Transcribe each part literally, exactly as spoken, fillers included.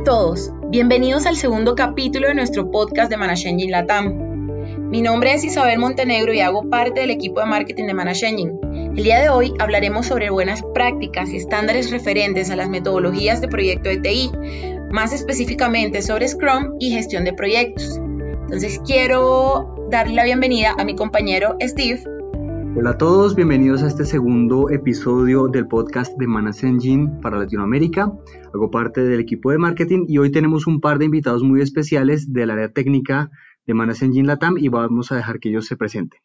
a todos, bienvenidos al segundo capítulo de nuestro podcast de ManageEngine Latam. Mi nombre es Isabel Montenegro y hago parte del equipo de marketing de ManageEngine. El día de hoy hablaremos sobre buenas prácticas y estándares referentes a las metodologías de proyecto de T I, más específicamente sobre Scrum y gestión de proyectos. Entonces quiero darle la bienvenida a mi compañero Steve. Hola a todos, bienvenidos a este segundo episodio del podcast de ManageEngine para Latinoamérica. Hago parte del equipo de marketing y hoy tenemos un par de invitados muy especiales del área técnica de ManageEngine Latam y vamos a dejar que ellos se presenten.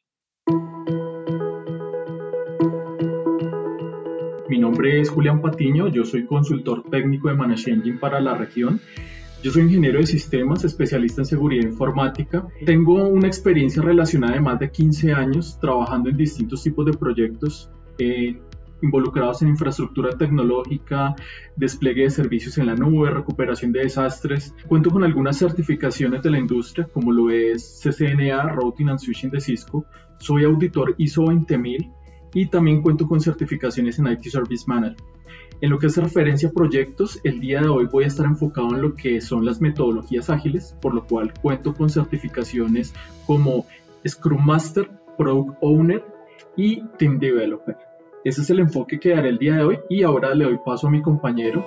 Mi nombre es Julián Patiño, yo soy consultor técnico de ManageEngine para la región. Yo soy ingeniero de sistemas, especialista en seguridad informática. Tengo una experiencia relacionada de más de quince años trabajando en distintos tipos de proyectos eh, involucrados en infraestructura tecnológica, despliegue de servicios en la nube, recuperación de desastres. Cuento con algunas certificaciones de la industria, como lo es C C N A, Routing and Switching de Cisco. Soy auditor I S O veinte mil y también cuento con certificaciones en I T Service Manager. En lo que hace referencia a proyectos, el día de hoy voy a estar enfocado en lo que son las metodologías ágiles, por lo cual cuento con certificaciones como Scrum Master, Product Owner y Team Developer. Ese es el enfoque que daré el día de hoy y ahora le doy paso a mi compañero.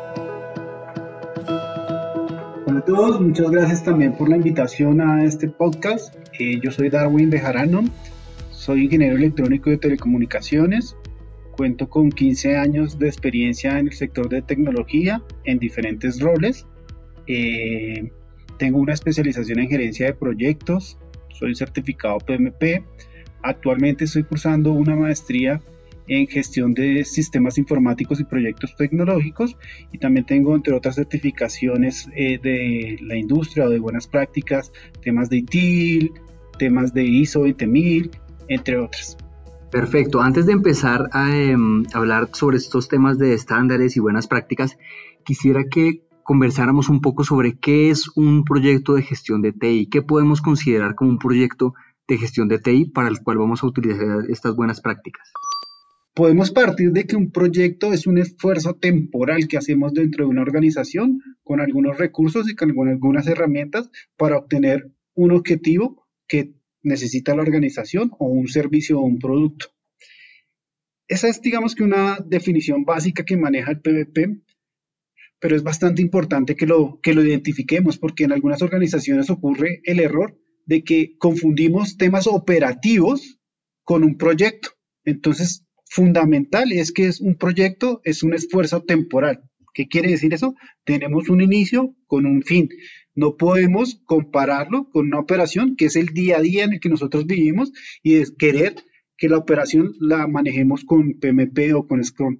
Hola a todos, muchas gracias también por la invitación a este podcast. Eh, yo soy Darwin Bejarano, soy ingeniero electrónico de telecomunicaciones. Cuento con quince años de experiencia en el sector de tecnología en diferentes roles. Eh, tengo una especialización en gerencia de proyectos, soy certificado P M P. Actualmente estoy cursando una maestría en gestión de sistemas informáticos y proyectos tecnológicos y también tengo, entre otras certificaciones eh, de la industria o de buenas prácticas, temas de I T I L, temas de I S O veinte mil, entre otras. Perfecto, antes de empezar a eh, hablar sobre estos temas de estándares y buenas prácticas, quisiera que conversáramos un poco sobre qué es un proyecto de gestión de T I, qué podemos considerar como un proyecto de gestión de T I para el cual vamos a utilizar estas buenas prácticas. Podemos partir de que un proyecto es un esfuerzo temporal que hacemos dentro de una organización con algunos recursos y con algunas herramientas para obtener un objetivo que necesita la organización o un servicio o un producto. Esa es, digamos que una definición básica que maneja el P M P, pero es bastante importante que lo, que lo identifiquemos porque en algunas organizaciones ocurre el error de que confundimos temas operativos con un proyecto. Entonces, fundamental es que es un proyecto, es un esfuerzo temporal. ¿Qué quiere decir eso? Tenemos un inicio con un fin. No podemos compararlo con una operación que es el día a día en el que nosotros vivimos y es querer que la operación la manejemos con P M P o con Scrum.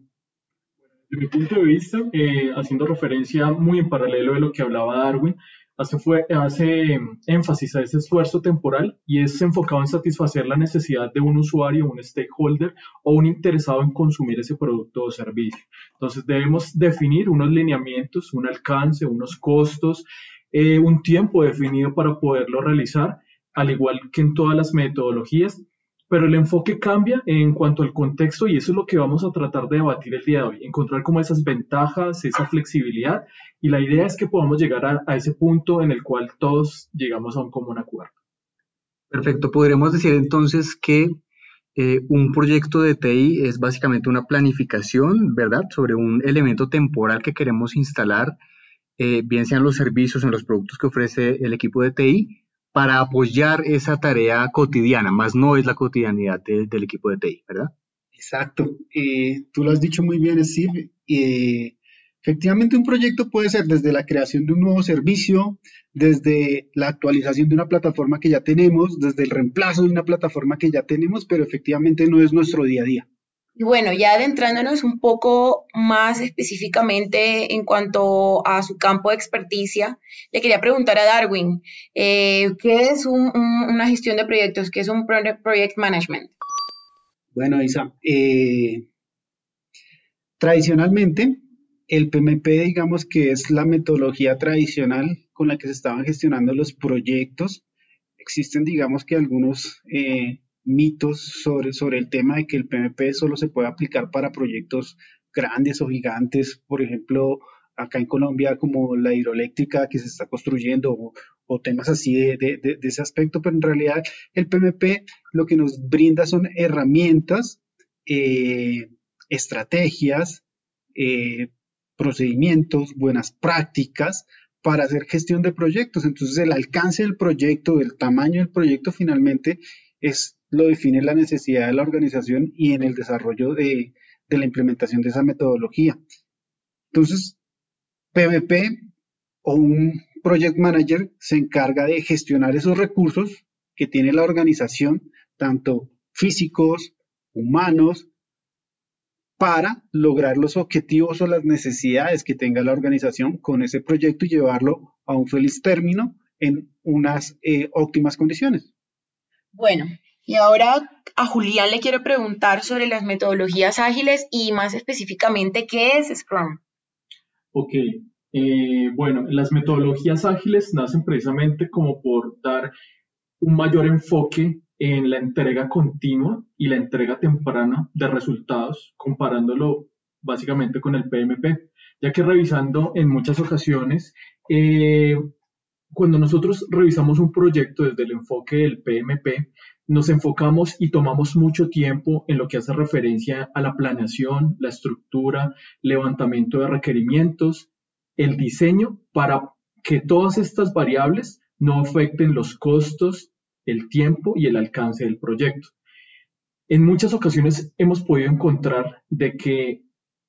Desde mi punto de vista, eh, haciendo referencia muy en paralelo de lo que hablaba Darwin, hace, fue, hace énfasis a ese esfuerzo temporal y es enfocado en satisfacer la necesidad de un usuario, un stakeholder o un interesado en consumir ese producto o servicio. Entonces debemos definir unos lineamientos, un alcance, unos costos, eh, un tiempo definido para poderlo realizar, al igual que en todas las metodologías, pero el enfoque cambia en cuanto al contexto y eso es lo que vamos a tratar de debatir el día de hoy, encontrar como esas ventajas, esa flexibilidad y la idea es que podamos llegar a, a ese punto en el cual todos llegamos a un común acuerdo. Perfecto, podríamos decir entonces que eh, un proyecto de T I es básicamente una planificación, ¿verdad?, sobre un elemento temporal que queremos instalar, eh, bien sean los servicios o los productos que ofrece el equipo de T I, para apoyar esa tarea cotidiana, más no es la cotidianidad de, del equipo de T I, ¿verdad? Exacto. Eh, tú lo has dicho muy bien, Steve. Eh, efectivamente, un proyecto puede ser desde la creación de un nuevo servicio, desde la actualización de una plataforma que ya tenemos, desde el reemplazo de una plataforma que ya tenemos, pero efectivamente no es nuestro día a día. Y bueno, ya adentrándonos un poco más específicamente en cuanto a su campo de experticia, le quería preguntar a Darwin, eh, ¿qué es un, un, una gestión de proyectos? ¿Qué es un project, project management? Bueno, Isa, eh, tradicionalmente el P M P, digamos que es la metodología tradicional con la que se estaban gestionando los proyectos. Existen, digamos que algunos eh, mitos sobre, sobre el tema de que el P M P solo se puede aplicar para proyectos grandes o gigantes, por ejemplo, acá en Colombia como la hidroeléctrica que se está construyendo o, o temas así de, de, de, de ese aspecto, pero en realidad el P M P lo que nos brinda son herramientas, eh, estrategias, eh, procedimientos, buenas prácticas para hacer gestión de proyectos. Entonces el alcance del proyecto, el tamaño del proyecto finalmente es, lo define la necesidad de la organización y en el desarrollo de, de la implementación de esa metodología. Entonces, P M P o un Project Manager se encarga de gestionar esos recursos que tiene la organización, tanto físicos, humanos, para lograr los objetivos o las necesidades que tenga la organización con ese proyecto y llevarlo a un feliz término en unas eh, óptimas condiciones. Bueno, y ahora a Julián le quiero preguntar sobre las metodologías ágiles y más específicamente, ¿qué es Scrum? Ok, eh, bueno, las metodologías ágiles nacen precisamente como por dar un mayor enfoque en la entrega continua y la entrega temprana de resultados, comparándolo básicamente con el P M P, ya que revisando en muchas ocasiones, eh, cuando nosotros revisamos un proyecto desde el enfoque del P M P, nos enfocamos y tomamos mucho tiempo en lo que hace referencia a la planeación, la estructura, levantamiento de requerimientos, el diseño, para que todas estas variables no afecten los costos, el tiempo y el alcance del proyecto. En muchas ocasiones hemos podido encontrar de que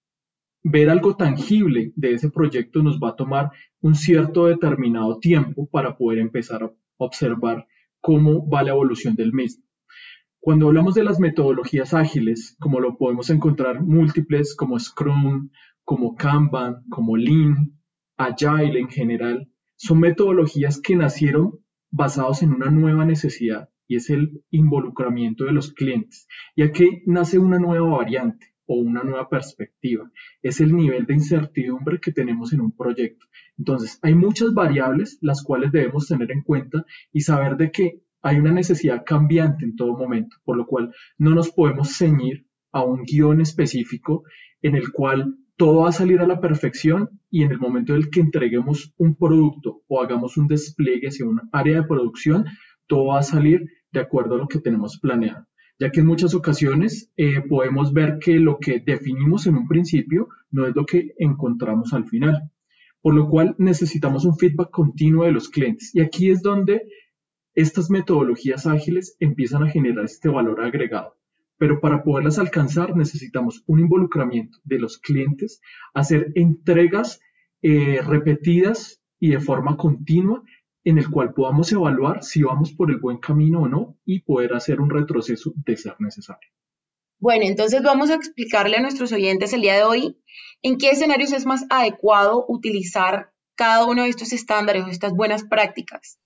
ver algo tangible de ese proyecto nos va a tomar un cierto determinado tiempo para poder empezar a observar cómo va la evolución del mismo. Cuando hablamos de las metodologías ágiles, como lo podemos encontrar múltiples como Scrum, como Kanban, como Lean, Agile en general, son metodologías que nacieron basados en una nueva necesidad y es el involucramiento de los clientes. Y aquí nace una nueva variante o una nueva perspectiva. Es el nivel de incertidumbre que tenemos en un proyecto. Entonces, hay muchas variables las cuales debemos tener en cuenta y saber de que hay una necesidad cambiante en todo momento, por lo cual no nos podemos ceñir a un guión específico en el cual todo va a salir a la perfección y en el momento en el que entreguemos un producto o hagamos un despliegue hacia un área de producción, todo va a salir de acuerdo a lo que tenemos planeado, ya que en muchas ocasiones eh, podemos ver que lo que definimos en un principio no es lo que encontramos al final, por lo cual necesitamos un feedback continuo de los clientes y aquí es donde estas metodologías ágiles empiezan a generar este valor agregado. Pero para poderlas alcanzar necesitamos un involucramiento de los clientes, hacer entregas eh, repetidas y de forma continua en el cual podamos evaluar si vamos por el buen camino o no y poder hacer un retroceso de ser necesario. Bueno, entonces vamos a explicarle a nuestros oyentes el día de hoy en qué escenarios es más adecuado utilizar cada uno de estos estándares o estas buenas prácticas.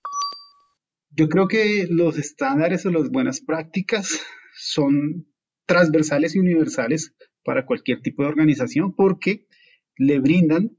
Yo creo que los estándares o las buenas prácticas son transversales y universales para cualquier tipo de organización porque le brindan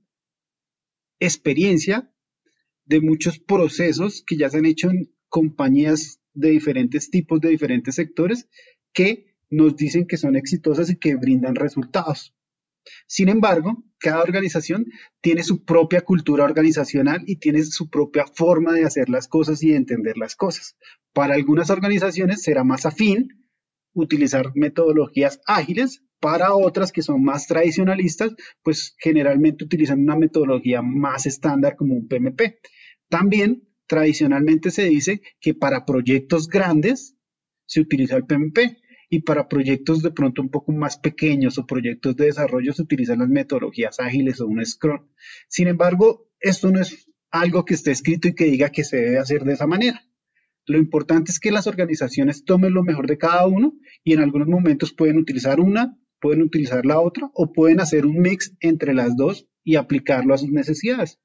experiencia de muchos procesos que ya se han hecho en compañías de diferentes tipos, de diferentes sectores, que nos dicen que son exitosas y que brindan resultados. Sin embargo, cada organización tiene su propia cultura organizacional y tiene su propia forma de hacer las cosas y de entender las cosas. Para algunas organizaciones será más afín utilizar metodologías ágiles, para otras que son más tradicionalistas, pues generalmente utilizan una metodología más estándar como un P M P. También tradicionalmente se dice que para proyectos grandes se utiliza el P M P y para proyectos de pronto un poco más pequeños o proyectos de desarrollo se utilizan las metodologías ágiles o un Scrum. Sin embargo, esto no es algo que esté escrito y que diga que se debe hacer de esa manera. Lo importante es que las organizaciones tomen lo mejor de cada uno y en algunos momentos pueden utilizar una, pueden utilizar la otra o pueden hacer un mix entre las dos y aplicarlo a sus necesidades.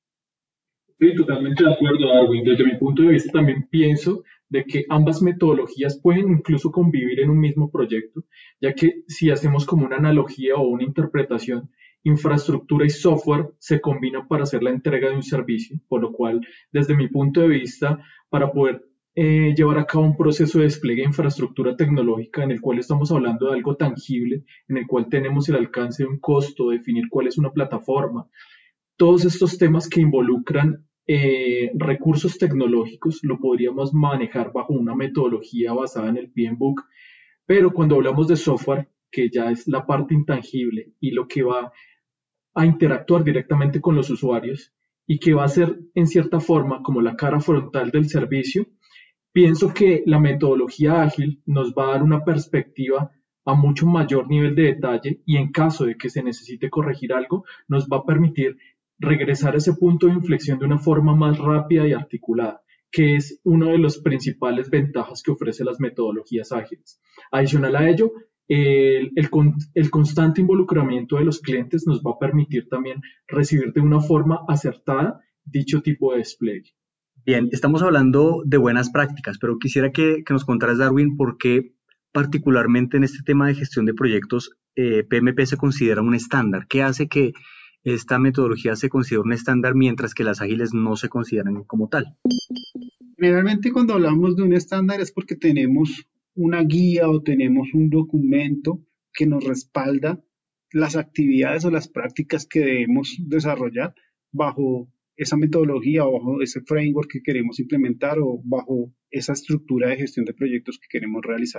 Sí, totalmente de acuerdo, Darwin. Desde mi punto de vista también pienso de que ambas metodologías pueden incluso convivir en un mismo proyecto, ya que si hacemos como una analogía o una interpretación, infraestructura y software se combinan para hacer la entrega de un servicio, por lo cual, desde mi punto de vista, para poder eh, llevar a cabo un proceso de despliegue de infraestructura tecnológica en el cual estamos hablando de algo tangible, en el cual tenemos el alcance de un costo, definir cuál es una plataforma, todos estos temas que involucran eh, recursos tecnológicos lo podríamos manejar bajo una metodología basada en el P M B O K, pero cuando hablamos de software, que ya es la parte intangible y lo que va a interactuar directamente con los usuarios y que va a ser en cierta forma como la cara frontal del servicio, pienso que la metodología ágil nos va a dar una perspectiva a mucho mayor nivel de detalle y en caso de que se necesite corregir algo, nos va a permitir regresar a ese punto de inflexión de una forma más rápida y articulada, que es una de las principales ventajas que ofrecen las metodologías ágiles. Adicional a ello, el, el, el constante involucramiento de los clientes nos va a permitir también recibir de una forma acertada dicho tipo de despliegue. Bien, estamos hablando de buenas prácticas, pero quisiera que, que nos contaras, Darwin, por qué particularmente en este tema de gestión de proyectos eh, P M P se considera un estándar. ¿Qué hace que esta metodología se considere un estándar mientras que las ágiles no se consideran como tal? Generalmente cuando hablamos de un estándar es porque tenemos una guía o tenemos un documento que nos respalda las actividades o las prácticas que debemos desarrollar bajo esa metodología o bajo ese framework que queremos implementar o bajo esa estructura de gestión de proyectos que queremos realizar.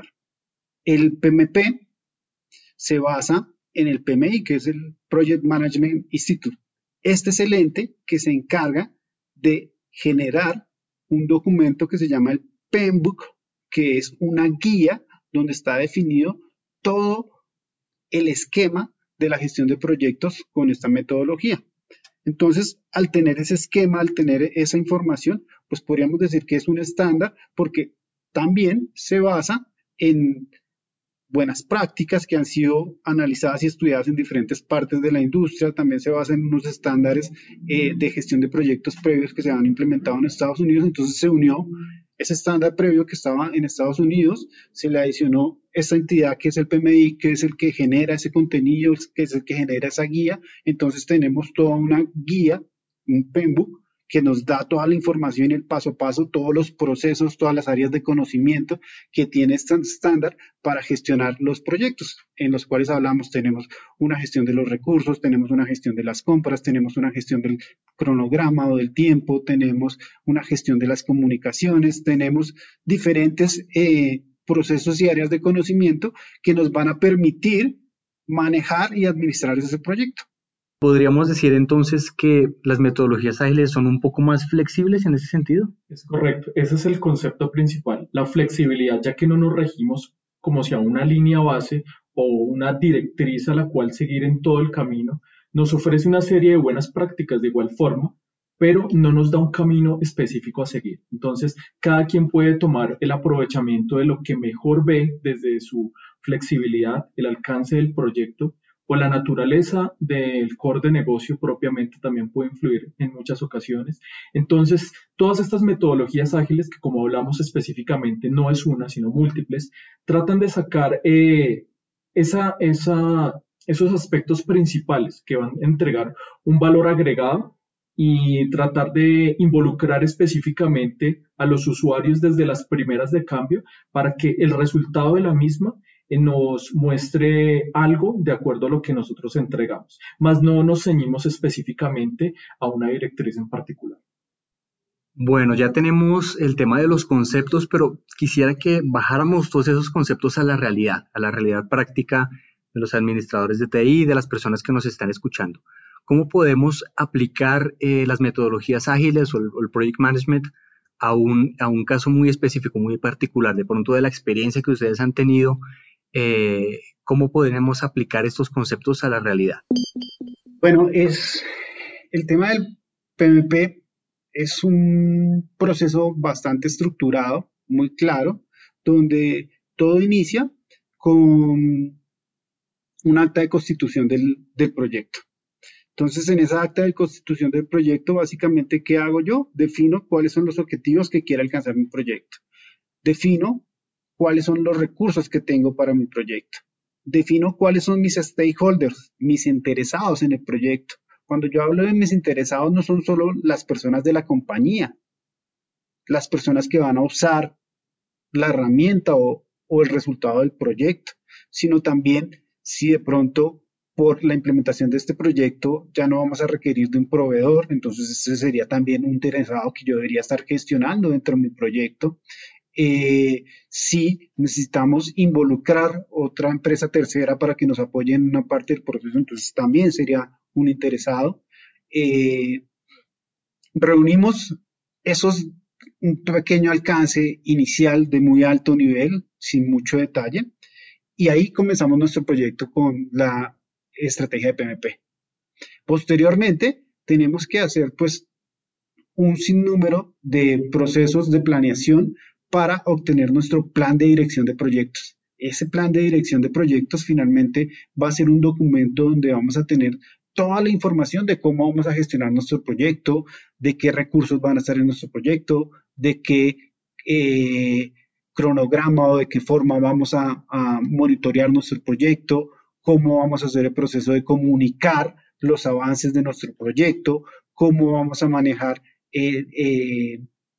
El P M P se basa en el P M I, que es el Project Management Institute. Este es el ente que se encarga de generar un documento que se llama el P M B O K, que es una guía donde está definido todo el esquema de la gestión de proyectos con esta metodología. Entonces, al tener ese esquema, al tener esa información, pues podríamos decir que es un estándar porque también se basa en buenas prácticas que han sido analizadas y estudiadas en diferentes partes de la industria. También se basa en unos estándares eh, de gestión de proyectos previos que se han implementado en Estados Unidos. Entonces se unió ese estándar previo que estaba en Estados Unidos, se le adicionó esta entidad que es el P M I, que es el que genera ese contenido, que es el que genera esa guía. Entonces tenemos toda una guía, un P M B O K, que nos da toda la información y el paso a paso, todos los procesos, todas las áreas de conocimiento que tiene este estándar para gestionar los proyectos en los cuales hablamos. Tenemos una gestión de los recursos, tenemos una gestión de las compras, tenemos una gestión del cronograma o del tiempo, tenemos una gestión de las comunicaciones, tenemos diferentes eh, procesos y áreas de conocimiento que nos van a permitir manejar y administrar ese proyecto. ¿Podríamos decir entonces que las metodologías ágiles son un poco más flexibles en ese sentido? Es correcto, ese es el concepto principal, la flexibilidad, ya que no nos regimos como si a una línea base o una directriz a la cual seguir en todo el camino. Nos ofrece una serie de buenas prácticas de igual forma, pero no nos da un camino específico a seguir. Entonces, cada quien puede tomar el aprovechamiento de lo que mejor ve desde su flexibilidad, el alcance del proyecto, o la naturaleza del core de negocio propiamente también puede influir en muchas ocasiones. Entonces, todas estas metodologías ágiles, que como hablamos específicamente no es una, sino múltiples, tratan de sacar eh, esa, esa, esos aspectos principales que van a entregar un valor agregado y tratar de involucrar específicamente a los usuarios desde las primeras de cambio para que el resultado de la misma nos muestre algo de acuerdo a lo que nosotros entregamos, más no nos ceñimos específicamente a una directriz en particular. Bueno, ya tenemos el tema de los conceptos, pero quisiera que bajáramos todos esos conceptos a la realidad, a la realidad práctica de los administradores de T I y de las personas que nos están escuchando. ¿Cómo podemos aplicar eh, las metodologías ágiles o el, o el project management a un, a un caso muy específico, muy particular, de pronto de la experiencia que ustedes han tenido? Eh, ¿Cómo podremos aplicar estos conceptos a la realidad? Bueno, es el tema del P M P es un proceso bastante estructurado, muy claro, donde todo inicia con un acta de constitución del, del proyecto. Entonces, en esa acta de constitución del proyecto, básicamente, ¿qué hago yo? Defino cuáles son los objetivos que quiere alcanzar mi proyecto. Defino cuáles son los recursos que tengo para mi proyecto. Defino cuáles son mis stakeholders, mis interesados en el proyecto. Cuando yo hablo de mis interesados, no son solo las personas de la compañía, las personas que van a usar la herramienta o, o el resultado del proyecto, sino también si de pronto por la implementación de este proyecto ya no vamos a requerir de un proveedor, entonces ese sería también un interesado que yo debería estar gestionando dentro de mi proyecto. Eh, si necesitamos involucrar otra empresa tercera para que nos apoye en una parte del proceso, entonces también sería un interesado. Eh, reunimos esos, un pequeño alcance inicial de muy alto nivel, sin mucho detalle, y ahí comenzamos nuestro proyecto con la estrategia de P M P. Posteriormente, tenemos que hacer pues un sinnúmero de procesos de planeación para obtener nuestro plan de dirección de proyectos. Ese plan de dirección de proyectos finalmente va a ser un documento donde vamos a tener toda la información de cómo vamos a gestionar nuestro proyecto, de qué recursos van a estar en nuestro proyecto, de qué eh, cronograma o de qué forma vamos a, a monitorear nuestro proyecto, cómo vamos a hacer el proceso de comunicar los avances de nuestro proyecto, cómo vamos a manejar eh, eh,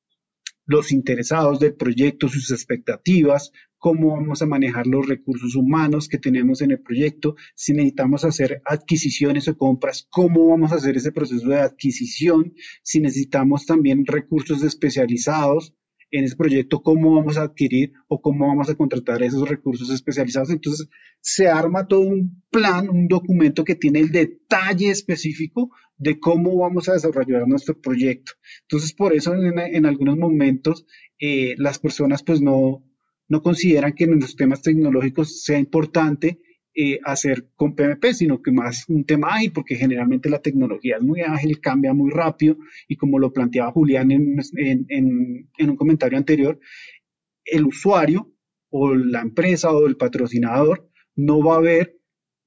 los interesados del proyecto, sus expectativas, cómo vamos a manejar los recursos humanos que tenemos en el proyecto, si necesitamos hacer adquisiciones o compras, cómo vamos a hacer ese proceso de adquisición, si necesitamos también recursos especializados en ese proyecto, cómo vamos a adquirir o cómo vamos a contratar esos recursos especializados. Entonces, se arma todo un plan, un documento que tiene el detalle específico de cómo vamos a desarrollar nuestro proyecto. Entonces, por eso en, en algunos momentos eh, las personas pues no, no consideran que en los temas tecnológicos sea importante eh, hacer con P M P, sino que más un tema ágil, porque generalmente la tecnología es muy ágil, cambia muy rápido, y como lo planteaba Julián en, en, en, en un comentario anterior, el usuario o la empresa o el patrocinador no va a ver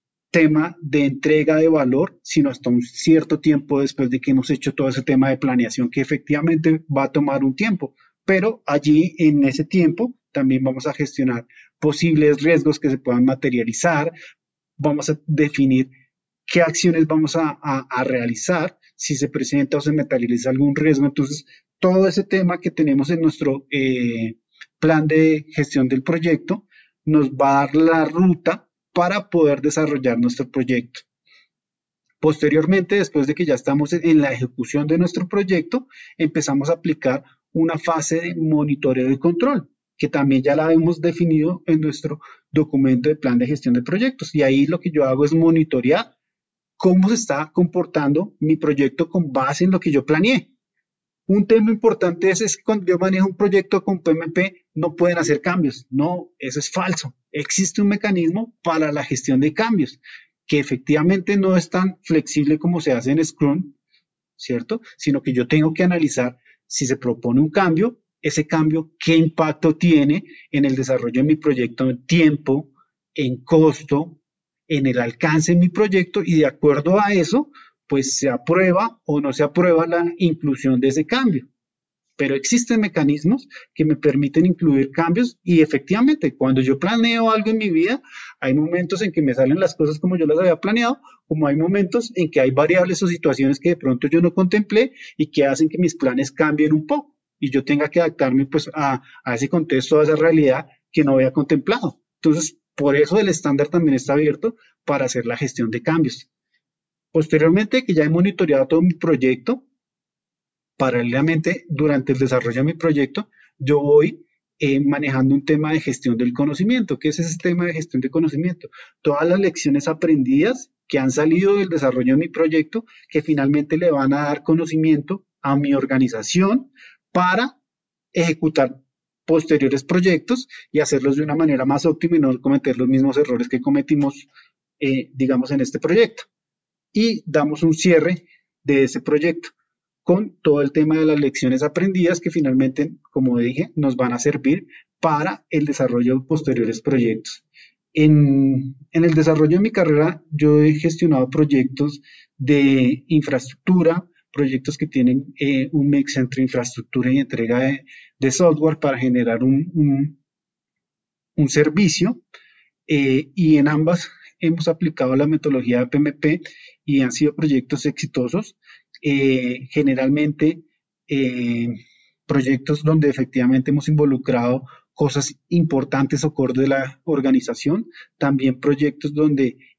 tema de entrega de valor, sino hasta un cierto tiempo después de que hemos hecho todo ese tema de planeación, que efectivamente va a tomar un tiempo, pero allí en ese tiempo también vamos a gestionar posibles riesgos que se puedan materializar, vamos a definir qué acciones vamos a, a, a realizar, si se presenta o se materializa algún riesgo. Entonces, todo ese tema que tenemos en nuestro eh, plan de gestión del proyecto nos va a dar la ruta para poder desarrollar nuestro proyecto. Posteriormente, después de que ya estamos en la ejecución de nuestro proyecto, empezamos a aplicar una fase de monitoreo y control, que también ya la hemos definido en nuestro documento de plan de gestión de proyectos. Y ahí lo que yo hago es monitorear cómo se está comportando mi proyecto con base en lo que yo planeé. Un tema importante es, es que cuando yo manejo un proyecto con P M P no pueden hacer cambios. No, eso es falso. Existe un mecanismo para la gestión de cambios que efectivamente no es tan flexible como se hace en Scrum, ¿cierto? Sino que yo tengo que analizar si se propone un cambio, ese cambio, qué impacto tiene en el desarrollo de mi proyecto en tiempo, en costo, en el alcance de mi proyecto, y de acuerdo a eso, pues se aprueba o no se aprueba la inclusión de ese cambio. Pero existen mecanismos que me permiten incluir cambios, y efectivamente, cuando yo planeo algo en mi vida, hay momentos en que me salen las cosas como yo las había planeado, como hay momentos en que hay variables o situaciones que de pronto yo no contemplé y que hacen que mis planes cambien un poco y yo tenga que adaptarme pues a, a ese contexto, a esa realidad que no había contemplado. Entonces, por eso el estándar también está abierto para hacer la gestión de cambios. Posteriormente, que ya he monitoreado todo mi proyecto, paralelamente, durante el desarrollo de mi proyecto, yo voy eh, manejando un tema de gestión del conocimiento. ¿Qué es ese tema de gestión de conocimiento? Todas las lecciones aprendidas que han salido del desarrollo de mi proyecto, que finalmente le van a dar conocimiento a mi organización para ejecutar posteriores proyectos y hacerlos de una manera más óptima y no cometer los mismos errores que cometimos, eh, digamos, en este proyecto. Y damos un cierre de ese proyecto con todo el tema de las lecciones aprendidas que finalmente, como dije, nos van a servir para el desarrollo de posteriores proyectos. En, en el desarrollo de mi carrera, yo he gestionado proyectos de infraestructura, proyectos que tienen eh, un mix entre infraestructura y entrega de, de software para generar un, un, un servicio, eh, y en ambas hemos aplicado la metodología de P M P y han sido proyectos exitosos. Eh, generalmente eh, proyectos donde efectivamente hemos involucrado cosas importantes o core de la organización, también proyectos donde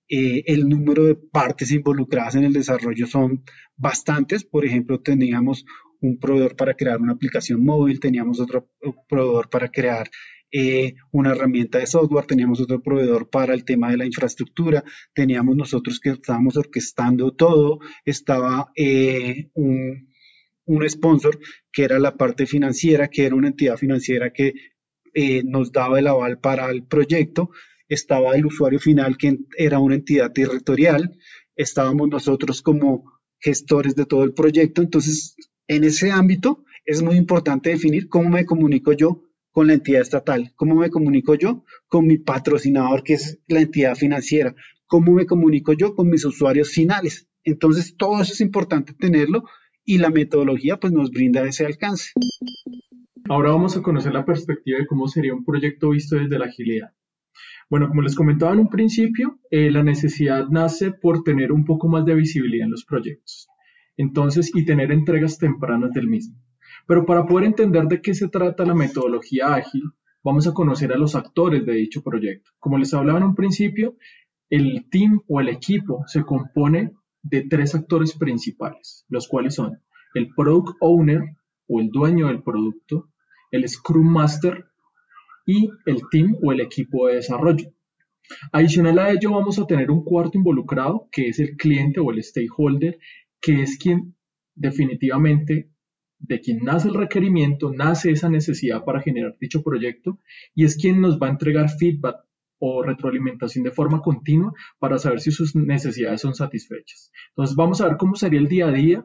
eh, el número de partes involucradas en el desarrollo son bastantes. Por ejemplo, teníamos un proveedor para crear una aplicación móvil, teníamos otro proveedor para crear eh, una herramienta de software, teníamos otro proveedor para el tema de la infraestructura, teníamos nosotros que estábamos orquestando todo, estaba eh, un, un sponsor que era la parte financiera, que era una entidad financiera que eh, nos daba el aval para el proyecto, estaba el usuario final que era una entidad territorial, estábamos nosotros como gestores de todo el proyecto. Entonces, en ese ámbito es muy importante definir cómo me comunico yo con la entidad estatal, cómo me comunico yo con mi patrocinador, que es la entidad financiera, cómo me comunico yo con mis usuarios finales. Entonces, todo eso es importante tenerlo y la metodología pues nos brinda ese alcance. Ahora vamos a conocer la perspectiva de cómo sería un proyecto visto desde la agilidad. Bueno, como les comentaba en un principio, eh, la necesidad nace por tener un poco más de visibilidad en los proyectos. Entonces, y tener entregas tempranas del mismo. Pero para poder entender de qué se trata la metodología ágil, vamos a conocer a los actores de dicho proyecto. Como les hablaba en un principio, el team o el equipo se compone de tres actores principales, los cuales son el Product Owner o el dueño del producto, el Scrum Master y el team o el equipo de desarrollo. Adicional a ello, vamos a tener un cuarto involucrado, que es el cliente o el stakeholder, que es quien definitivamente, de quien nace el requerimiento, nace esa necesidad para generar dicho proyecto, y es quien nos va a entregar feedback o retroalimentación de forma continua para saber si sus necesidades son satisfechas. Entonces vamos a ver cómo sería el día a día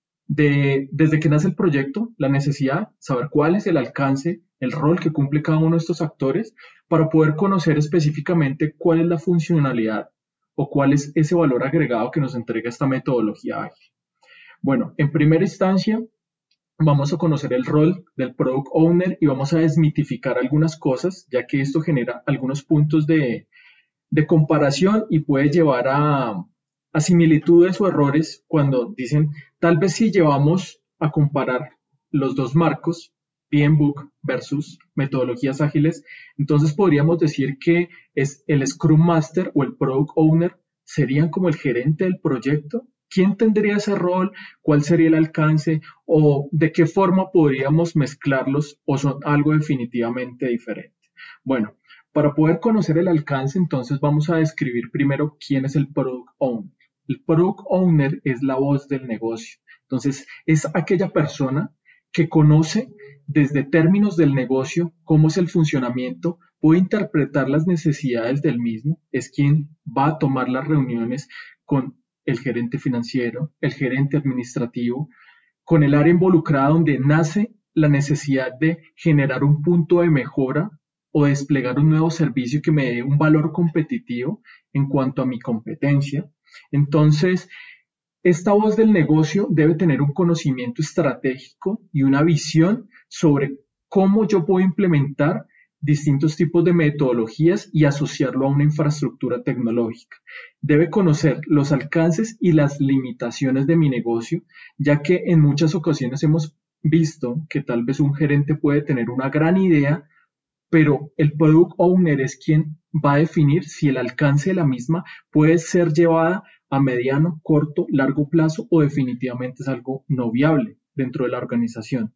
de, desde que nace el proyecto, la necesidad, saber cuál es el alcance, el rol que cumple cada uno de estos actores, para poder conocer específicamente cuál es la funcionalidad o cuál es ese valor agregado que nos entrega esta metodología ágil. Bueno, en primera instancia vamos a conocer el rol del Product Owner y vamos a desmitificar algunas cosas, ya que esto genera algunos puntos de, de comparación y puede llevar a, a similitudes o errores cuando dicen, tal vez si llevamos a comparar los dos marcos, P M B O K versus metodologías ágiles, entonces podríamos decir que es el Scrum Master o el Product Owner serían como el gerente del proyecto. ¿Quién tendría ese rol? ¿Cuál sería el alcance? ¿O de qué forma podríamos mezclarlos? ¿O son algo definitivamente diferente? Bueno, para poder conocer el alcance, entonces vamos a describir primero quién es el Product Owner. El Product Owner es la voz del negocio. Entonces, es aquella persona que conoce desde términos del negocio cómo es el funcionamiento, puede interpretar las necesidades del mismo, es quien va a tomar las reuniones con el gerente financiero, el gerente administrativo, con el área involucrada donde nace la necesidad de generar un punto de mejora o desplegar un nuevo servicio que me dé un valor competitivo en cuanto a mi competencia. Entonces, esta voz del negocio debe tener un conocimiento estratégico y una visión sobre cómo yo puedo implementar distintos tipos de metodologías y asociarlo a una infraestructura tecnológica. Debe conocer los alcances y las limitaciones de mi negocio, ya que en muchas ocasiones hemos visto que tal vez un gerente puede tener una gran idea, pero el Product Owner es quien va a definir si el alcance de la misma puede ser llevada a mediano, corto, largo plazo o definitivamente es algo no viable dentro de la organización.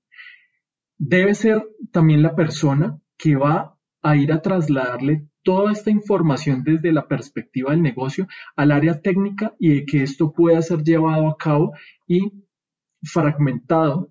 Debe ser también la persona que va a ir a trasladarle toda esta información desde la perspectiva del negocio al área técnica y de que esto pueda ser llevado a cabo y fragmentado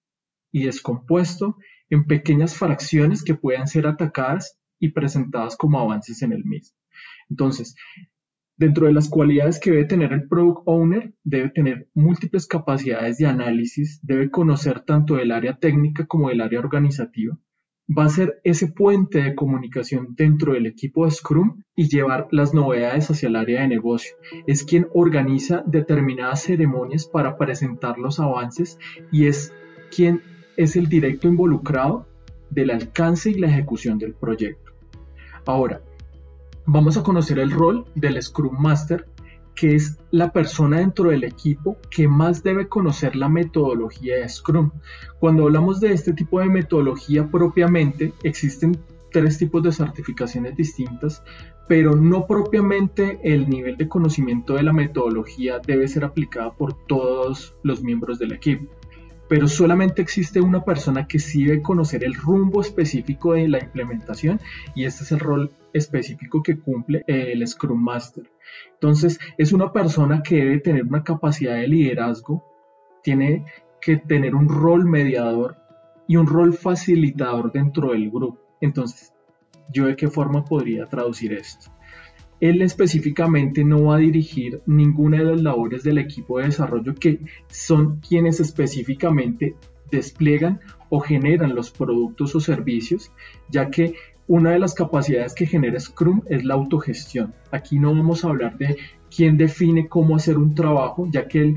y descompuesto en pequeñas fracciones que puedan ser atacadas y presentadas como avances en el mismo. Entonces, dentro de las cualidades que debe tener el Product Owner, debe tener múltiples capacidades de análisis, debe conocer tanto del área técnica como del área organizativa, va a ser ese puente de comunicación dentro del equipo de Scrum y llevar las novedades hacia el área de negocio. Es quien organiza determinadas ceremonias para presentar los avances y es quien es el directo involucrado del alcance y la ejecución del proyecto. Ahora, vamos a conocer el rol del Scrum Master, que es la persona dentro del equipo que más debe conocer la metodología de Scrum. Cuando hablamos de este tipo de metodología propiamente, existen tres tipos de certificaciones distintas, pero no propiamente el nivel de conocimiento de la metodología debe ser aplicada por todos los miembros del equipo. Pero solamente existe una persona que sí debe conocer el rumbo específico de la implementación, y este es el rol específico que cumple el Scrum Master. Entonces, es una persona que debe tener una capacidad de liderazgo, tiene que tener un rol mediador y un rol facilitador dentro del grupo. Entonces, ¿yo de qué forma podría traducir esto? Él específicamente no va a dirigir ninguna de las labores del equipo de desarrollo, que son quienes específicamente despliegan o generan los productos o servicios, ya que una de las capacidades que genera Scrum es la autogestión. Aquí no vamos a hablar de quién define cómo hacer un trabajo, ya que el,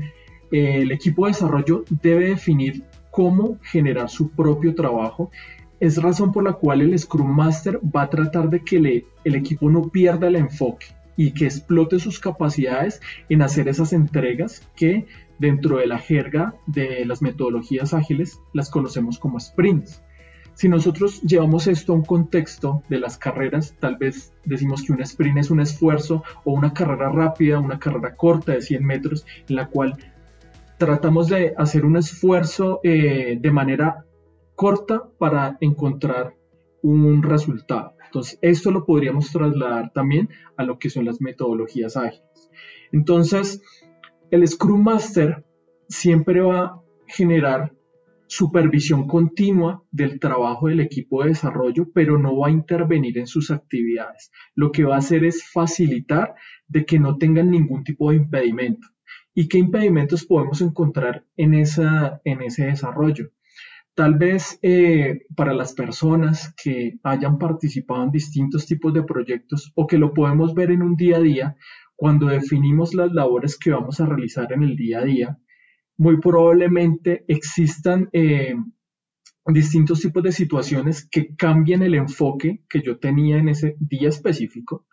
el equipo de desarrollo debe definir cómo generar su propio trabajo. Es razón por la cual el Scrum Master va a tratar de que le, el equipo no pierda el enfoque y que explote sus capacidades en hacer esas entregas que dentro de la jerga de las metodologías ágiles las conocemos como sprints. Si nosotros llevamos esto a un contexto de las carreras, tal vez decimos que un sprint es un esfuerzo o una carrera rápida, una carrera corta de cien metros, en la cual tratamos de hacer un esfuerzo eh, de manera corta para encontrar un resultado. Entonces, esto lo podríamos trasladar también a lo que son las metodologías ágiles. Entonces, el Scrum Master siempre va a generar supervisión continua del trabajo del equipo de desarrollo, pero no va a intervenir en sus actividades. Lo que va a hacer es facilitar de que no tengan ningún tipo de impedimento. ¿Y qué impedimentos podemos encontrar en, esa, en ese desarrollo? Tal vez eh, para las personas que hayan participado en distintos tipos de proyectos, o que lo podemos ver en un día a día, cuando definimos las labores que vamos a realizar en el día a día, muy probablemente existan eh, distintos tipos de situaciones que cambien el enfoque que yo tenía en ese día específico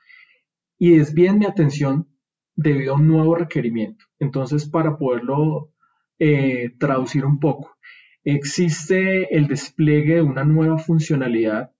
y desvíen mi atención debido a un nuevo requerimiento. Entonces, para poderlo eh, traducir un poco, existe el despliegue de una nueva funcionalidad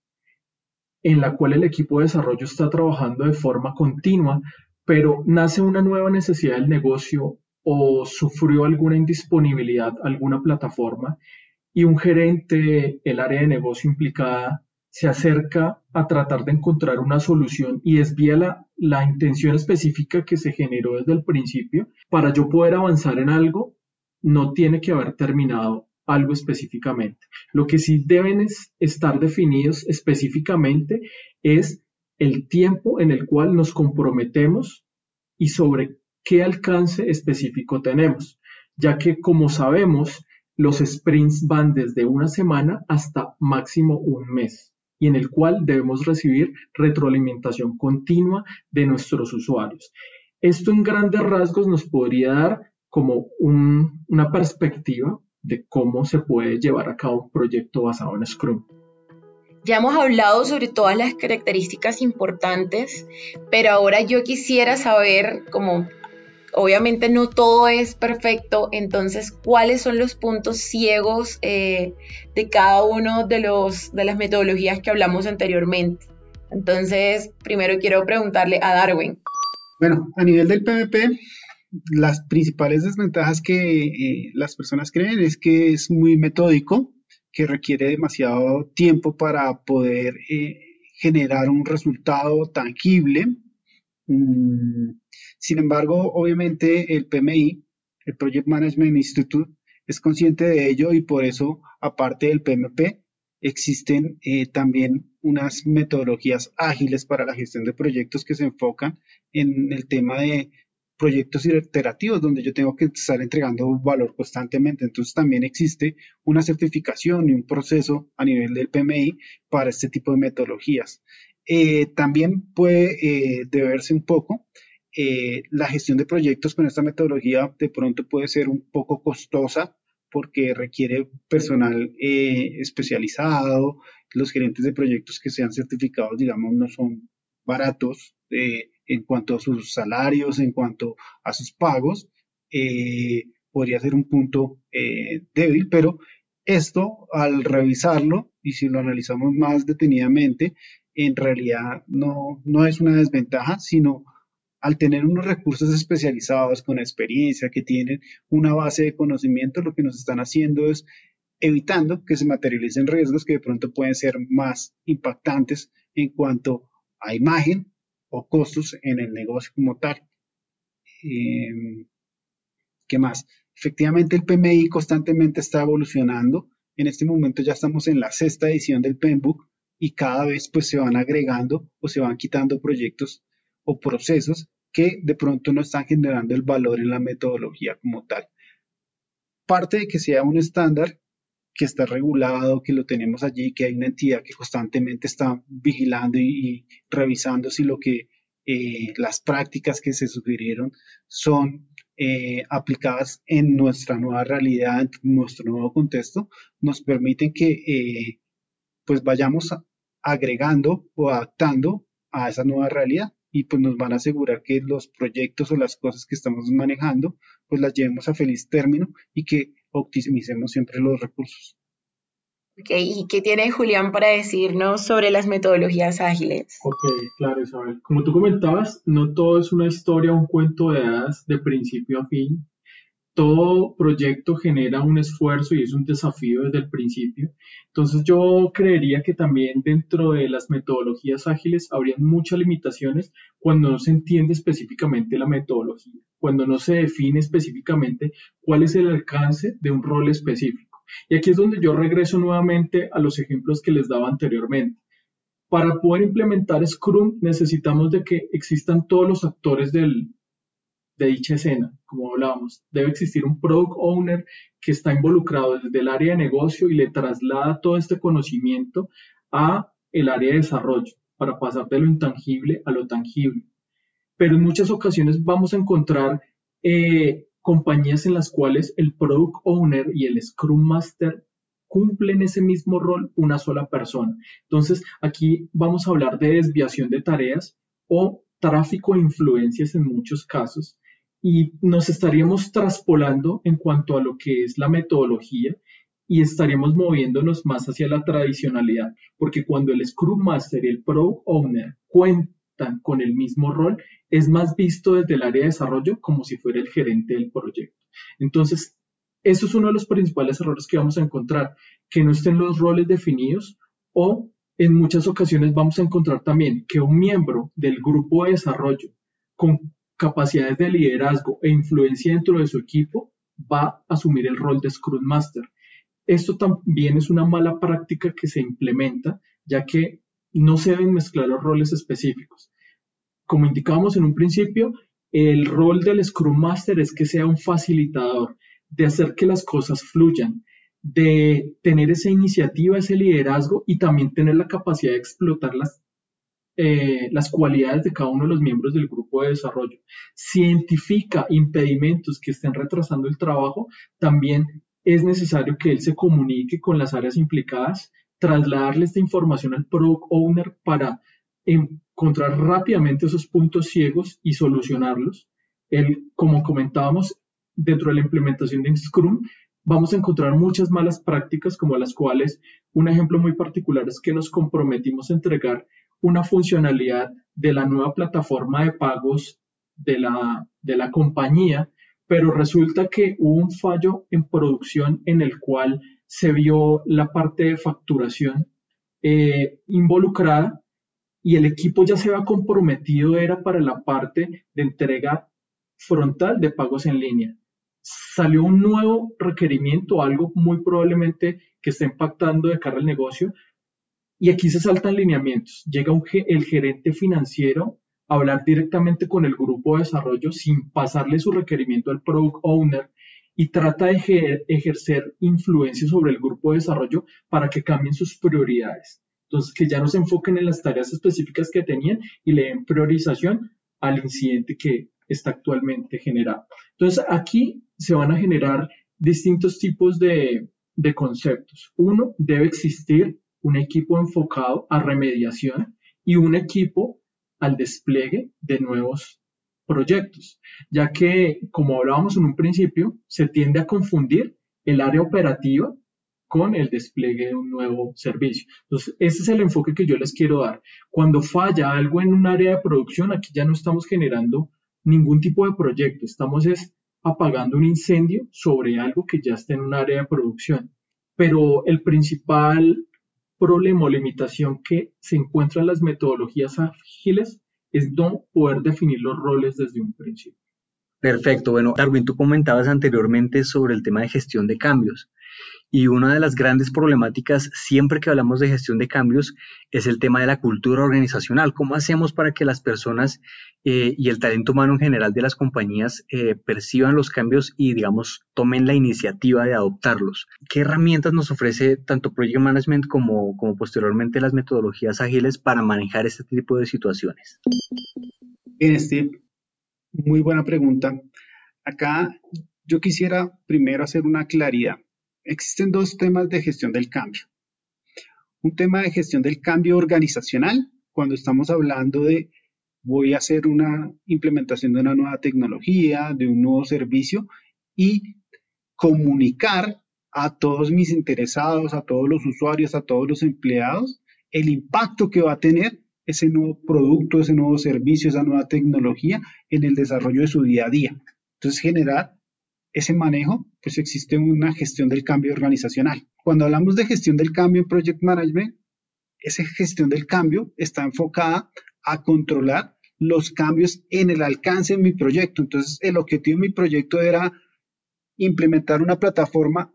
en la cual el equipo de desarrollo está trabajando de forma continua, pero nace una nueva necesidad del negocio o sufrió alguna indisponibilidad, alguna plataforma, y un gerente, el área de negocio implicada, se acerca a tratar de encontrar una solución y desvía la, la intención específica que se generó desde el principio. Para yo poder avanzar en algo, no tiene que haber terminado algo específicamente. Lo que sí deben es estar definidos específicamente es el tiempo en el cual nos comprometemos y sobre qué alcance específico tenemos, ya que, como sabemos, los sprints van desde una semana hasta máximo un mes, y en el cual debemos recibir retroalimentación continua de nuestros usuarios. Esto en grandes rasgos nos podría dar como un, una perspectiva de cómo se puede llevar a cabo un proyecto basado en Scrum. Ya hemos hablado sobre todas las características importantes, pero ahora yo quisiera saber, como obviamente no todo es perfecto, entonces, ¿cuáles son los puntos ciegos eh, de cada uno de, los, de las metodologías que hablamos anteriormente? Entonces, primero quiero preguntarle a Darwin. Bueno, a nivel del P M P, las principales desventajas que eh, las personas creen es que es muy metódico, que requiere demasiado tiempo para poder eh, generar un resultado tangible. Mm, sin embargo, obviamente el P M I, el Project Management Institute, es consciente de ello y por eso, aparte del P M P, existen eh, también unas metodologías ágiles para la gestión de proyectos que se enfocan en el tema de proyectos iterativos, donde yo tengo que estar entregando valor constantemente. Entonces también existe una certificación y un proceso a nivel del P M I para este tipo de metodologías. Eh, también puede eh, deberse un poco eh, la gestión de proyectos con esta metodología de pronto puede ser un poco costosa porque requiere personal eh, especializado. Los gerentes de proyectos que sean certificados, digamos, no son baratos eh, en cuanto a sus salarios, en cuanto a sus pagos. Eh, podría ser un punto eh, débil, pero esto, al revisarlo, y si lo analizamos más detenidamente, en realidad no, no es una desventaja, sino al tener unos recursos especializados con experiencia, que tienen una base de conocimiento, lo que nos están haciendo es evitando que se materialicen riesgos que de pronto pueden ser más impactantes en cuanto a imagen o costos en el negocio como tal. Eh, ¿Qué más? Efectivamente, el P M I constantemente está evolucionando. En este momento ya estamos en la sexta edición del PMBOK y cada vez pues se van agregando o se van quitando proyectos o procesos que de pronto no están generando el valor en la metodología como tal. Parte de que sea un estándar que está regulado, que lo tenemos allí, que hay una entidad que constantemente está vigilando y, y revisando si lo que eh, las prácticas que se sugirieron son eh, aplicadas en nuestra nueva realidad, en nuestro nuevo contexto, nos permiten que eh, pues vayamos agregando o adaptando a esa nueva realidad y pues nos van a asegurar que los proyectos o las cosas que estamos manejando pues las llevemos a feliz término y que optimicemos siempre los recursos. Ok, ¿y qué tiene Julián para decirnos sobre las metodologías ágiles? Ok, claro, Isabel. Como tú comentabas, no todo es una historia, un cuento de hadas de principio a fin. Todo proyecto genera un esfuerzo y es un desafío desde el principio. Entonces yo creería que también dentro de las metodologías ágiles habrían muchas limitaciones cuando no se entiende específicamente la metodología, cuando no se define específicamente cuál es el alcance de un rol específico. Y aquí es donde yo regreso nuevamente a los ejemplos que les daba anteriormente. Para poder implementar Scrum necesitamos de que existan todos los actores del, de dicha escena, como hablábamos. Debe existir un Product Owner que está involucrado desde el área de negocio y le traslada todo este conocimiento a el área de desarrollo para pasar de lo intangible a lo tangible. Pero en muchas ocasiones vamos a encontrar eh, compañías en las cuales el Product Owner y el Scrum Master cumplen ese mismo rol una sola persona. Entonces, aquí vamos a hablar de desviación de tareas o tráfico de influencias en muchos casos y nos estaríamos traspolando en cuanto a lo que es la metodología y estaríamos moviéndonos más hacia la tradicionalidad, porque cuando el Scrum Master y el Product Owner cuentan con el mismo rol, es más visto desde el área de desarrollo como si fuera el gerente del proyecto. Entonces, eso es uno de los principales errores que vamos a encontrar, que no estén los roles definidos o en muchas ocasiones vamos a encontrar también que un miembro del grupo de desarrollo con capacidades de liderazgo e influencia dentro de su equipo va a asumir el rol de Scrum Master. Esto también es una mala práctica que se implementa, ya que no se deben mezclar los roles específicos. Como indicábamos en un principio, el rol del Scrum Master es que sea un facilitador, de hacer que las cosas fluyan, de tener esa iniciativa, ese liderazgo y también tener la capacidad de explotar las, eh, las cualidades de cada uno de los miembros del grupo de desarrollo. Si identifica impedimentos que estén retrasando el trabajo, también es necesario que él se comunique con las áreas implicadas, trasladarle esta información al Product Owner para encontrar rápidamente esos puntos ciegos y solucionarlos. Él, como comentábamos, dentro de la implementación de Scrum, vamos a encontrar muchas malas prácticas, como las cuales un ejemplo muy particular es que nos comprometimos a entregar una funcionalidad de la nueva plataforma de pagos de la, de la compañía, pero resulta que hubo un fallo en producción en el cual se vio la parte de facturación eh, involucrada y el equipo ya se había comprometido, era para la parte de entrega frontal de pagos en línea. Salió un nuevo requerimiento, algo muy probablemente que está impactando de cara al negocio, y aquí se saltan lineamientos. Llega un, el gerente financiero a hablar directamente con el grupo de desarrollo sin pasarle su requerimiento al Product Owner y trata de ejer, ejercer influencia sobre el grupo de desarrollo para que cambien sus prioridades. Entonces, que ya no se enfoquen en las tareas específicas que tenían y le den priorización al incidente que está actualmente generado. Entonces, aquí se van a generar distintos tipos de, de conceptos. Uno, debe existir un equipo enfocado a remediación y un equipo al despliegue de nuevos proyectos, ya que, como hablábamos en un principio, se tiende a confundir el área operativa con el despliegue de un nuevo servicio. Entonces, ese es el enfoque que yo les quiero dar. Cuando falla algo en un área de producción, aquí ya no estamos generando ningún tipo de proyecto, estamos es apagando un incendio sobre algo que ya está en un área de producción. Pero el principal problema o limitación que se encuentra en las metodologías ágiles es no poder definir los roles desde un principio. Perfecto. Bueno, Darwin, tú comentabas anteriormente sobre el tema de gestión de cambios. Y una de las grandes problemáticas siempre que hablamos de gestión de cambios es el tema de la cultura organizacional. ¿Cómo hacemos para que las personas eh, y el talento humano en general de las compañías eh, perciban los cambios y, digamos, tomen la iniciativa de adoptarlos? ¿Qué herramientas nos ofrece tanto Project Management como, como posteriormente las metodologías ágiles para manejar este tipo de situaciones? Bien, Steve, muy buena pregunta. Acá yo quisiera primero hacer una claridad. Existen dos temas de gestión del cambio. Un tema de gestión del cambio organizacional, cuando estamos hablando de voy a hacer una implementación de una nueva tecnología, de un nuevo servicio y comunicar a todos mis interesados, a todos los usuarios, a todos los empleados, el impacto que va a tener ese nuevo producto, ese nuevo servicio, esa nueva tecnología en el desarrollo de su día a día. Entonces, generar ese manejo, pues existe una gestión del cambio organizacional. Cuando hablamos de gestión del cambio en Project Management, esa gestión del cambio está enfocada a controlar los cambios en el alcance de mi proyecto. Entonces, el objetivo de mi proyecto era implementar una plataforma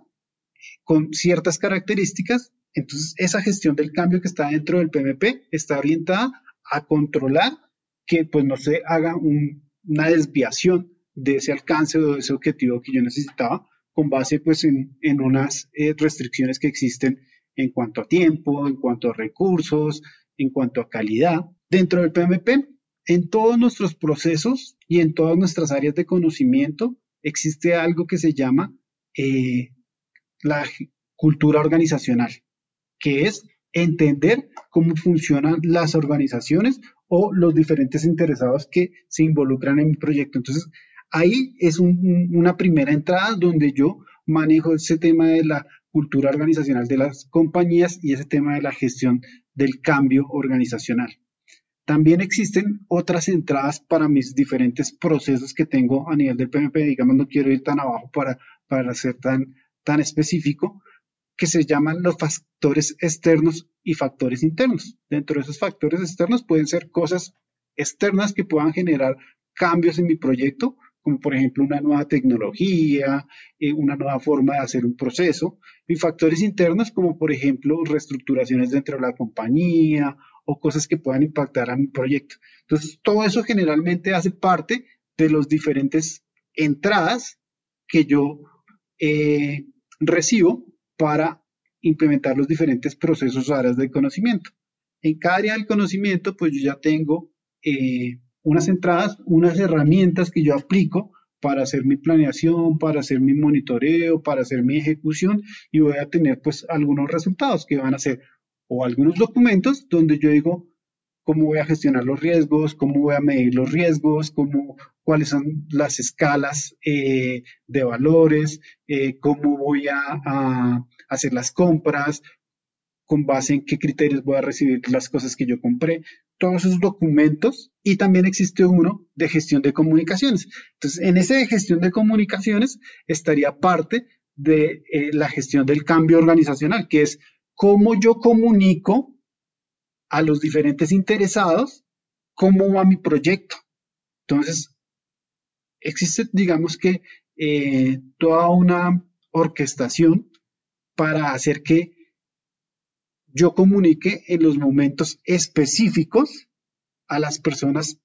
con ciertas características. Entonces, esa gestión del cambio que está dentro del P M P está orientada a controlar que pues no se haga un, una desviación de ese alcance o de ese objetivo que yo necesitaba, con base pues en, en unas eh, restricciones que existen en cuanto a tiempo, en cuanto a recursos, en cuanto a calidad. Dentro del P M P, en todos nuestros procesos y en todas nuestras áreas de conocimiento, existe algo que se llama eh, la cultura organizacional, que es entender cómo funcionan las organizaciones o los diferentes interesados que se involucran en mi proyecto. Entonces, ahí es un, una primera entrada donde yo manejo ese tema de la cultura organizacional de las compañías y ese tema de la gestión del cambio organizacional. También existen otras entradas para mis diferentes procesos que tengo a nivel del P M P, digamos, no quiero ir tan abajo para, para ser tan, tan específico, que se llaman los factores externos y factores internos. Dentro de esos factores externos pueden ser cosas externas que puedan generar cambios en mi proyecto, como por ejemplo una nueva tecnología, eh, una nueva forma de hacer un proceso, y factores internos como por ejemplo reestructuraciones dentro de la compañía o cosas que puedan impactar a mi proyecto. Entonces, todo eso generalmente hace parte de las diferentes entradas que yo eh, recibo para implementar los diferentes procesos o áreas de conocimiento. En cada área del conocimiento, pues yo ya tengo eh, unas entradas, unas herramientas que yo aplico para hacer mi planeación, para hacer mi monitoreo, para hacer mi ejecución y voy a tener pues algunos resultados que van a ser o algunos documentos donde yo digo cómo voy a gestionar los riesgos, cómo voy a medir los riesgos, cómo, cuáles son las escalas eh, de valores, eh, cómo voy a, a hacer las compras, con base en qué criterios voy a recibir las cosas que yo compré, todos esos documentos. Y también existe uno de gestión de comunicaciones. Entonces, en ese de gestión de comunicaciones estaría parte de eh, la gestión del cambio organizacional, que es cómo yo comunico a los diferentes interesados cómo va mi proyecto. Entonces, existe, digamos que, eh, toda una orquestación para hacer que yo comunique en los momentos específicos a las personas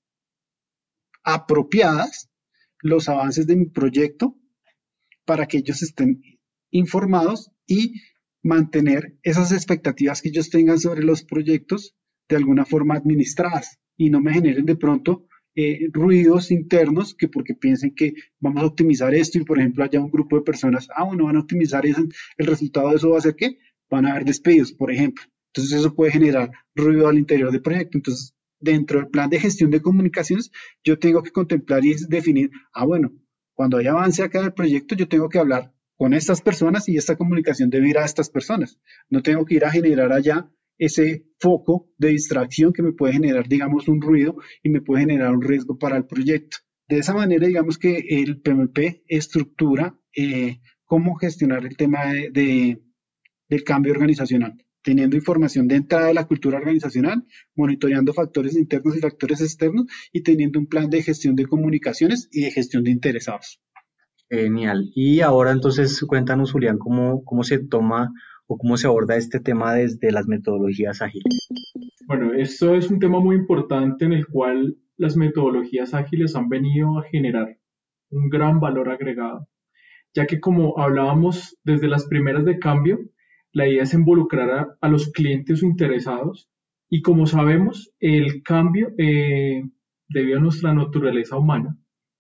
apropiadas los avances de mi proyecto para que ellos estén informados y mantener esas expectativas que ellos tengan sobre los proyectos de alguna forma administradas y no me generen de pronto eh, ruidos internos que porque piensen que vamos a optimizar esto y por ejemplo haya un grupo de personas, ah bueno, van a optimizar eso, el resultado de eso va a ser que van a haber despidos, por ejemplo. Entonces eso puede generar ruido al interior del proyecto. Entonces, dentro del plan de gestión de comunicaciones, yo tengo que contemplar y definir, ah bueno, cuando haya avance acá del proyecto, yo tengo que hablar con estas personas y esta comunicación debe ir a estas personas. No tengo que ir a generar allá ese foco de distracción que me puede generar, digamos, un ruido y me puede generar un riesgo para el proyecto. De esa manera, digamos que el P M P estructura eh, cómo gestionar el tema de, de, del cambio organizacional, teniendo información de entrada de la cultura organizacional, monitoreando factores internos y factores externos y teniendo un plan de gestión de comunicaciones y de gestión de interesados. Genial. Y ahora entonces cuéntanos, Julián, cómo, cómo se toma o cómo se aborda este tema desde las metodologías ágiles. Bueno, esto es un tema muy importante en el cual las metodologías ágiles han venido a generar un gran valor agregado, ya que como hablábamos desde las primeras de cambio, la idea es involucrar a, a los clientes o interesados y como sabemos, el cambio, eh, debido a nuestra naturaleza humana,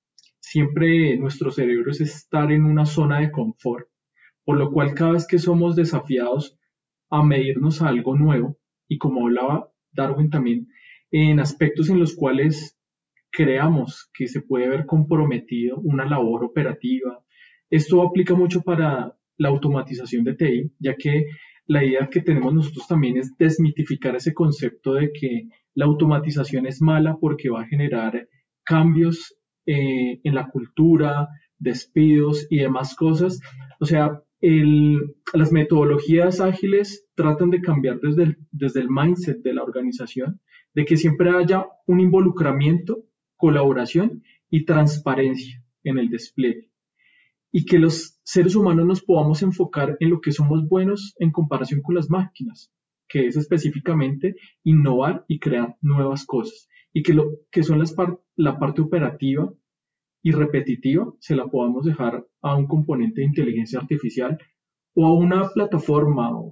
siempre nuestro cerebro es estar en una zona de confort, por lo cual cada vez que somos desafiados a medirnos a algo nuevo, y como hablaba Darwin también, en aspectos en los cuales creamos que se puede ver comprometido una labor operativa, esto aplica mucho para la automatización de T I, ya que la idea que tenemos nosotros también es desmitificar ese concepto de que la automatización es mala porque va a generar cambios eh, en la cultura, despidos y demás cosas. O sea, el, las metodologías ágiles tratan de cambiar desde el, desde el mindset de la organización, de que siempre haya un involucramiento, colaboración y transparencia en el despliegue. Y que los seres humanos nos podamos enfocar en lo que somos buenos en comparación con las máquinas, que es específicamente innovar y crear nuevas cosas. Y que lo que son las par- la parte operativa y repetitiva se la podamos dejar a un componente de inteligencia artificial o a una plataforma o,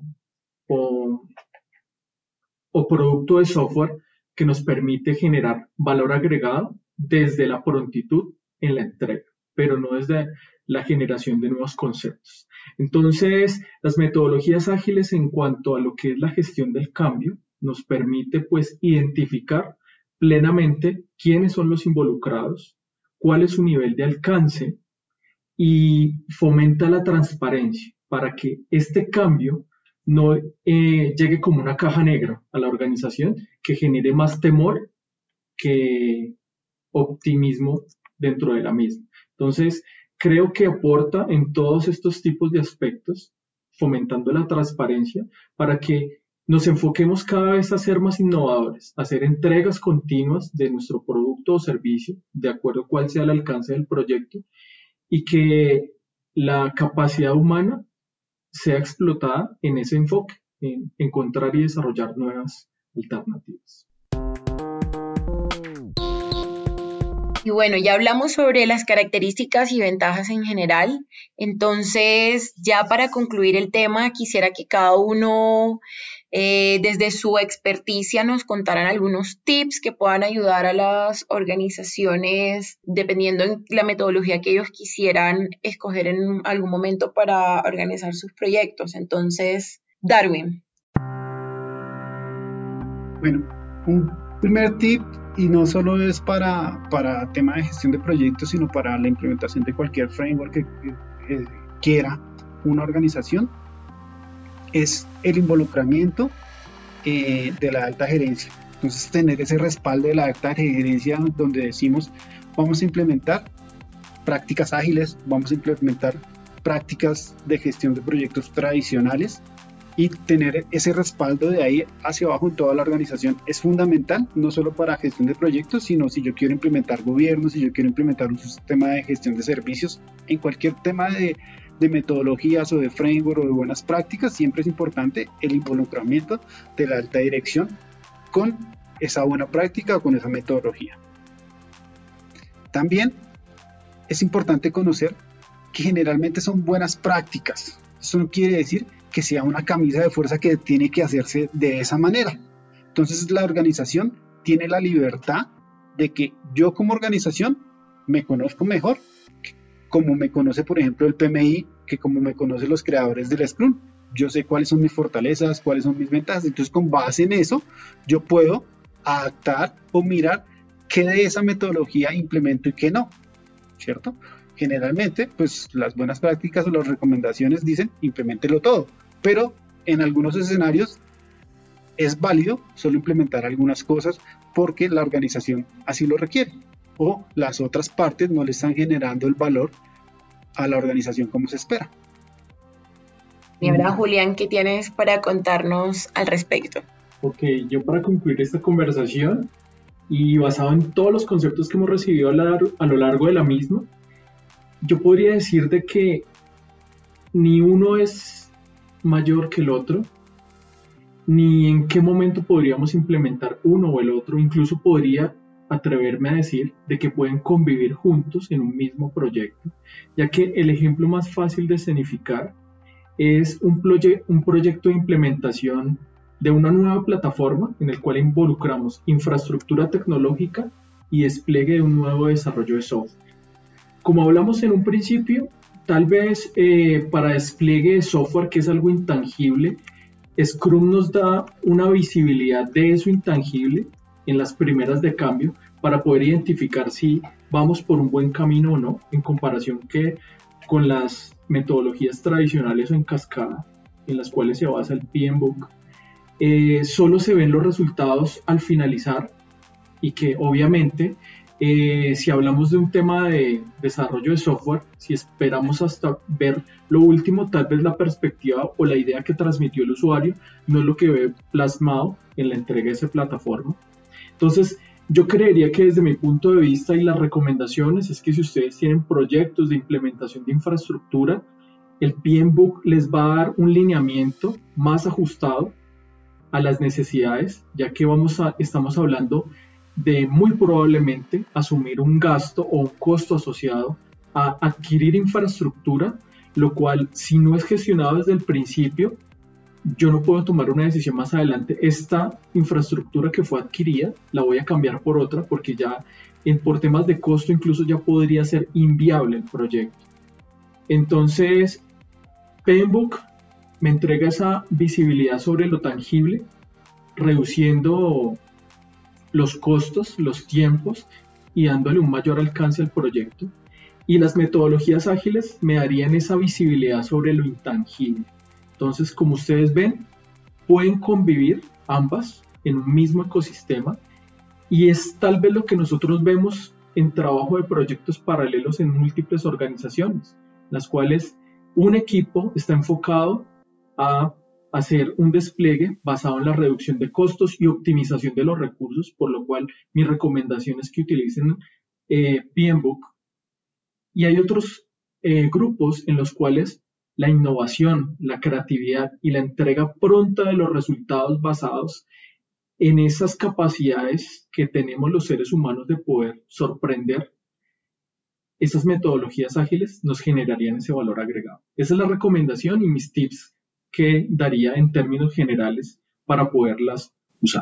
o, o producto de software que nos permite generar valor agregado desde la prontitud en la entrega, pero no desde la generación de nuevos conceptos. Entonces, las metodologías ágiles en cuanto a lo que es la gestión del cambio nos permite pues identificar plenamente quiénes son los involucrados, cuál es su nivel de alcance y fomenta la transparencia para que este cambio no eh, llegue como una caja negra a la organización que genere más temor que optimismo dentro de la misma. Entonces, creo que aporta en todos estos tipos de aspectos, fomentando la transparencia para que nos enfoquemos cada vez a ser más innovadores, a hacer entregas continuas de nuestro producto o servicio, de acuerdo a cuál sea el alcance del proyecto, y que la capacidad humana sea explotada en ese enfoque, en encontrar y desarrollar nuevas alternativas. Y bueno, ya hablamos sobre las características y ventajas en general, entonces ya para concluir el tema quisiera que cada uno eh, desde su experticia nos contaran algunos tips que puedan ayudar a las organizaciones dependiendo de la metodología que ellos quisieran escoger en algún momento para organizar sus proyectos. Entonces, Darwin. Bueno, un primer tip, y no solo es para, para tema de gestión de proyectos, sino para la implementación de cualquier framework que, que, que quiera una organización, es el involucramiento eh, de la alta gerencia. Entonces, tener ese respaldo de la alta gerencia donde decimos, vamos a implementar prácticas ágiles, vamos a implementar prácticas de gestión de proyectos tradicionales, y tener ese respaldo de ahí hacia abajo en toda la organización es fundamental, no solo para gestión de proyectos, sino si yo quiero implementar gobierno, si yo quiero implementar un sistema de gestión de servicios, en cualquier tema de, de metodologías o de framework o de buenas prácticas, siempre es importante el involucramiento de la alta dirección con esa buena práctica o con esa metodología. También es importante conocer que generalmente son buenas prácticas. Eso no quiere decir que sea una camisa de fuerza que tiene que hacerse de esa manera. Entonces la organización tiene la libertad de que yo como organización me conozco mejor, como me conoce por ejemplo el P M I, que como me conocen los creadores del Scrum. Yo sé cuáles son mis fortalezas, cuáles son mis ventajas, entonces con base en eso yo puedo adaptar o mirar qué de esa metodología implemento y qué no, ¿cierto? Generalmente, pues las buenas prácticas o las recomendaciones dicen impleméntelo todo, pero en algunos escenarios es válido solo implementar algunas cosas porque la organización así lo requiere o las otras partes no le están generando el valor a la organización como se espera. Y ahora, Julián, ¿qué tienes para contarnos al respecto? Ok, yo para concluir esta conversación y basado en todos los conceptos que hemos recibido a, la, a lo largo de la misma, yo podría decir de que ni uno es mayor que el otro, ni en qué momento podríamos implementar uno o el otro. Incluso podría atreverme a decir de que pueden convivir juntos en un mismo proyecto, ya que el ejemplo más fácil de escenificar es un, proye- un proyecto de implementación de una nueva plataforma en el cual involucramos infraestructura tecnológica y despliegue de un nuevo desarrollo de software. Como hablamos en un principio, tal vez eh, para despliegue de software, que es algo intangible, Scrum nos da una visibilidad de eso intangible en las primeras de cambio para poder identificar si vamos por un buen camino o no, en comparación que con las metodologías tradicionales o en cascada, en las cuales se basa el P M B O K. Eh, solo se ven los resultados al finalizar y que obviamente eh, si hablamos de un tema de desarrollo de software, si esperamos hasta ver lo último, tal vez la perspectiva o la idea que transmitió el usuario no es lo que ve plasmado en la entrega de esa plataforma. Entonces yo creería que desde mi punto de vista y las recomendaciones es que si ustedes tienen proyectos de implementación de infraestructura, el P M B O K les va a dar un lineamiento más ajustado a las necesidades, ya que vamos a, estamos hablando de muy probablemente asumir un gasto o un costo asociado a adquirir infraestructura, lo cual si no es gestionado desde el principio, yo no puedo tomar una decisión más adelante. Esta infraestructura que fue adquirida la voy a cambiar por otra porque ya en, por temas de costo incluso ya podría ser inviable el proyecto. Entonces P M B O K me entrega esa visibilidad sobre lo tangible, reduciendo los costos, los tiempos y dándole un mayor alcance al proyecto. Y las metodologías ágiles me darían esa visibilidad sobre lo intangible. Entonces, como ustedes ven, pueden convivir ambas en un mismo ecosistema y es tal vez lo que nosotros vemos en trabajo de proyectos paralelos en múltiples organizaciones, las cuales un equipo está enfocado a hacer un despliegue basado en la reducción de costos y optimización de los recursos, por lo cual mi recomendación es que utilicen eh, P M B O K. Y hay otros eh, grupos en los cuales la innovación, la creatividad y la entrega pronta de los resultados basados en esas capacidades que tenemos los seres humanos de poder sorprender, esas metodologías ágiles nos generarían ese valor agregado. Esa es la recomendación y mis tips que daría en términos generales para poderlas usar.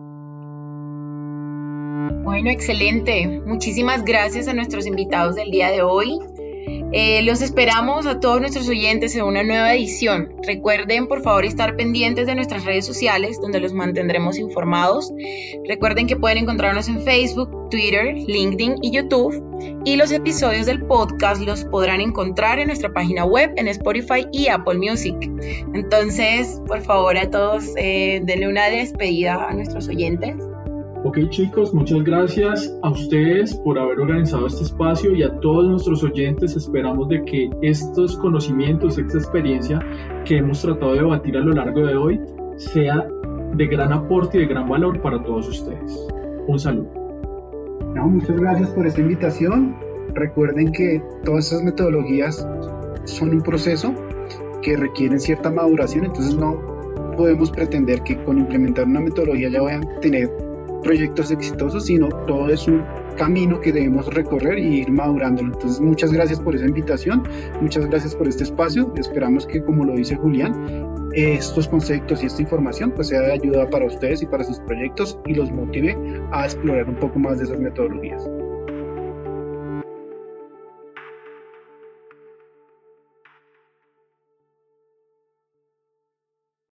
Bueno, excelente. Muchísimas gracias a nuestros invitados del día de hoy. Eh, los esperamos a todos nuestros oyentes en una nueva edición. Recuerden, por favor, estar pendientes de nuestras redes sociales, donde los mantendremos informados. Recuerden que pueden encontrarnos en Facebook, Twitter, LinkedIn y YouTube. Y los episodios del podcast los podrán encontrar en nuestra página web, en Spotify y Apple Music. Entonces, por favor, a todos, eh, denle una despedida a nuestros oyentes. Ok, chicos, muchas gracias a ustedes por haber organizado este espacio y a todos nuestros oyentes. Esperamos de que estos conocimientos, esta experiencia que hemos tratado de debatir a lo largo de hoy sea de gran aporte y de gran valor para todos ustedes. Un saludo. No, muchas gracias por esta invitación. Recuerden que todas estas metodologías son un proceso que requieren cierta maduración, entonces no podemos pretender que con implementar una metodología ya vayan a tener proyectos exitosos, sino todo es un camino que debemos recorrer y ir madurándolo. Entonces, muchas gracias por esa invitación, muchas gracias por este espacio. Esperamos que, como lo dice Julián, estos conceptos y esta información pues sea de ayuda para ustedes y para sus proyectos y los motive a explorar un poco más de esas metodologías.